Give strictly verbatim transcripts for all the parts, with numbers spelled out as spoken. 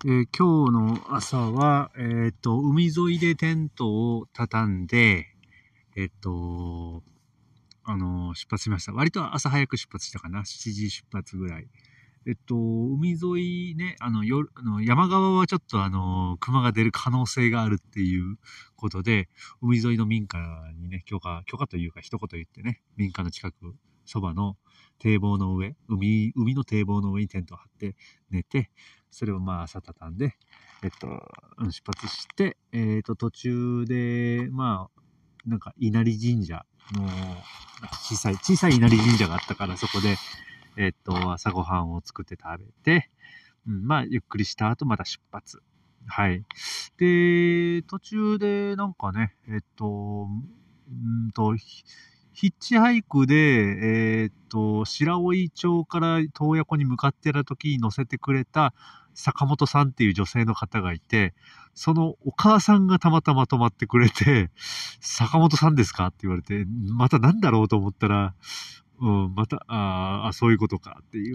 えー今日の朝は、えっと、海沿いでテントを畳んで、えっと、あの、出発しました。割と朝早く出発したかな。しちじ出発ぐらい。えっと、海沿いね、あの、夜、あの山側はちょっとあの、熊が出る可能性があるっていうことで、海沿いの民家にね、許可、許可というか一言言ってね、民家の近く、そばの堤防の上、海、海の堤防の上にテントを張って寝て、それをまあ朝畳んで、えっと、うん出発して、えっと、途中で、まあ、なんか稲荷神社の、なんか小さい、小さい稲荷神社があったから、そこで、えっと、朝ごはんを作って食べて、うん、まあ、ゆっくりした後、また出発。はい。で、途中で、なんかね、えっと、うんと、ヒヒッチハイクで、えっと、白老町から洞爺湖に向かってた時に乗せてくれた坂本さんっていう女性の方がいて、そのお母さんがたまたま泊まってくれて、坂本さんですかって言われて、またなんだろうと思ったら、うん、また、ああ、そういうことかっていう、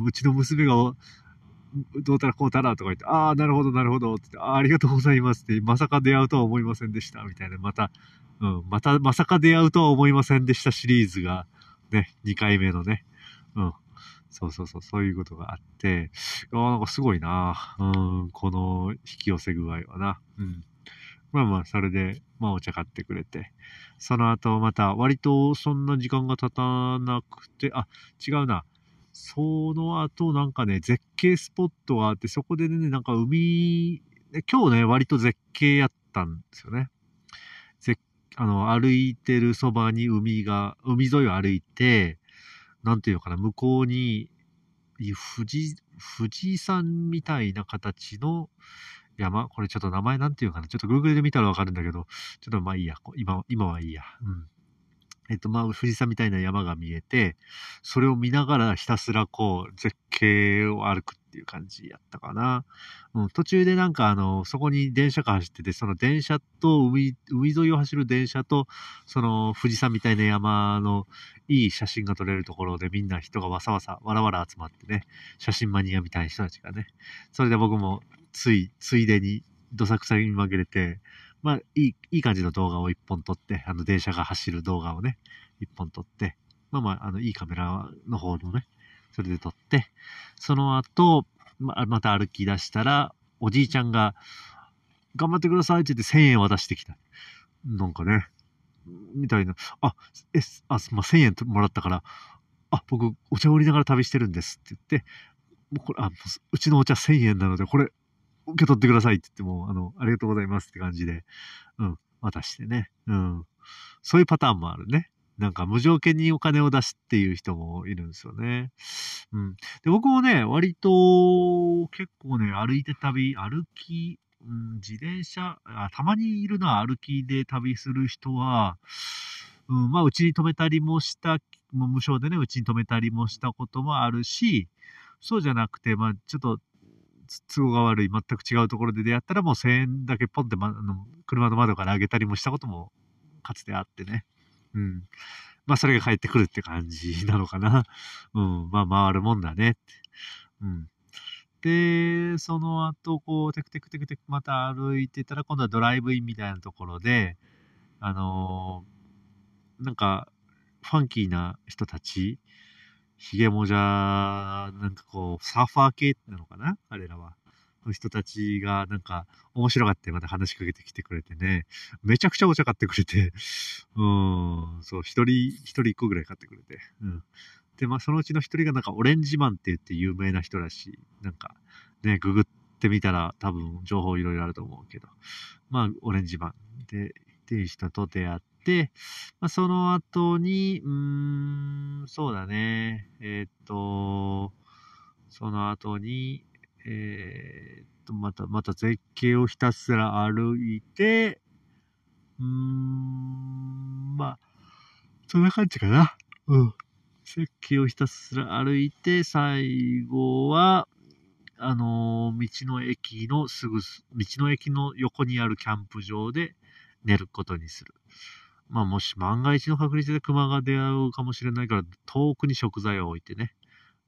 うちの娘が、どうたらこうたらとか言って、ああ、なるほど、なるほど、ってあありがとうございますって、まさか出会うとは思いませんでした、みたいな、また、うん、また、まさか出会うとは思いませんでしたシリーズが、ね、にかいめのね、うん、そうそうそう、そういうことがあって、ああ、なんかすごいな、うん、この引き寄せ具合はな、うん。まあまあ、それで、まあお茶買ってくれて、その後また割とそんな時間が経たなくて、あ、違うな。その後なんかね、絶景スポットがあって、そこでね、なんか海、ね今日ね、割と絶景やったんですよね。絶、あの、歩いてるそばに海が、海沿いを歩いて、なんていうのかな、向こうに、富士、富士山みたいな形の山、これちょっと名前なんていうかな、ちょっと Google で見たらわかるんだけど、ちょっとまあいいや、こう今、今はいいや。うん。えっと、まあ、富士山みたいな山が見えて、それを見ながらひたすらこう、絶景を歩くっていう感じやったかな。うん、途中でなんかあの、そこに電車が走ってて、その電車と海、海沿いを走る電車と、その富士山みたいな山のいい写真が撮れるところでみんな人がわさわさ、わらわら集まってね、写真マニアみたいな人たちがね、それで僕もつい、ついでにどさくさに紛れて、まあ、いい、いい感じの動画を一本撮って、あの、電車が走る動画をね、一本撮って、まあまあ、あの、いいカメラの方のね、それで撮って、その後、ままた歩き出したら、おじいちゃんが、頑張ってくださいって言ってせんえん渡してきた。なんかね、みたいな。あ、え、あ、まあ、せんえんもらったから、あ、僕、お茶売りながら旅してるんですって言って、もうこれ、あ、うちのお茶せんえんなので、これ、受け取ってくださいって言っても、あの、ありがとうございますって感じで、うん、渡してね。うん。そういうパターンもあるね。なんか無条件にお金を出すっていう人もいるんですよね。うん。で、僕もね、割と結構ね、歩いて旅、歩き、うん、自転車あ、たまにいるな、歩きで旅する人は、うん、まあ、うちに止めたりもした、もう無償でね、うちに止めたりもしたこともあるし、そうじゃなくて、まあ、ちょっと、都合が悪い、全く違うところで出会ったらもうせんえんだけポンって、ま、あの車の窓から上げたりもしたこともかつてあってね。うん。まあそれが返ってくるって感じなのかな。うん。まあ回るもんだねって。うん。で、その後、こう、テクテクテクテクまた歩いてたら、今度はドライブインみたいなところで、あのーなんか、ファンキーな人たち、ヒゲモジャー、なんかこう、サーファー系なのかな彼らは。の人たちが、なんか、面白がってまた話しかけてきてくれてね、めちゃくちゃお茶買ってくれて、うーん、そう、一人、一人一個ぐらい買ってくれて、うん。で、まあ、そのうちの一人がなんか、オレンジマンって言って有名な人らしい。なんか、ね、ググってみたら多分情報いろいろあると思うけど、まあ、オレンジマンで、っていう人と出会って、まあ、その後に、うーん、そうだね、えーっと、その後に、えーっと、また、また絶景をひたすら歩いて、うーん、まあ、そんな感じかな。うん。絶景をひたすら歩いて、最後は、あのー道の駅のすぐす、道の駅の横にあるキャンプ場で寝ることにする。まあ、もし万が一の確率で熊が出会うかもしれないから、遠くに食材を置いてね。うん。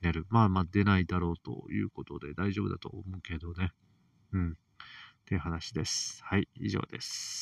寝る。まあまあ出ないだろうということで大丈夫だと思うけどね。うん。っていう話です。はい、以上です。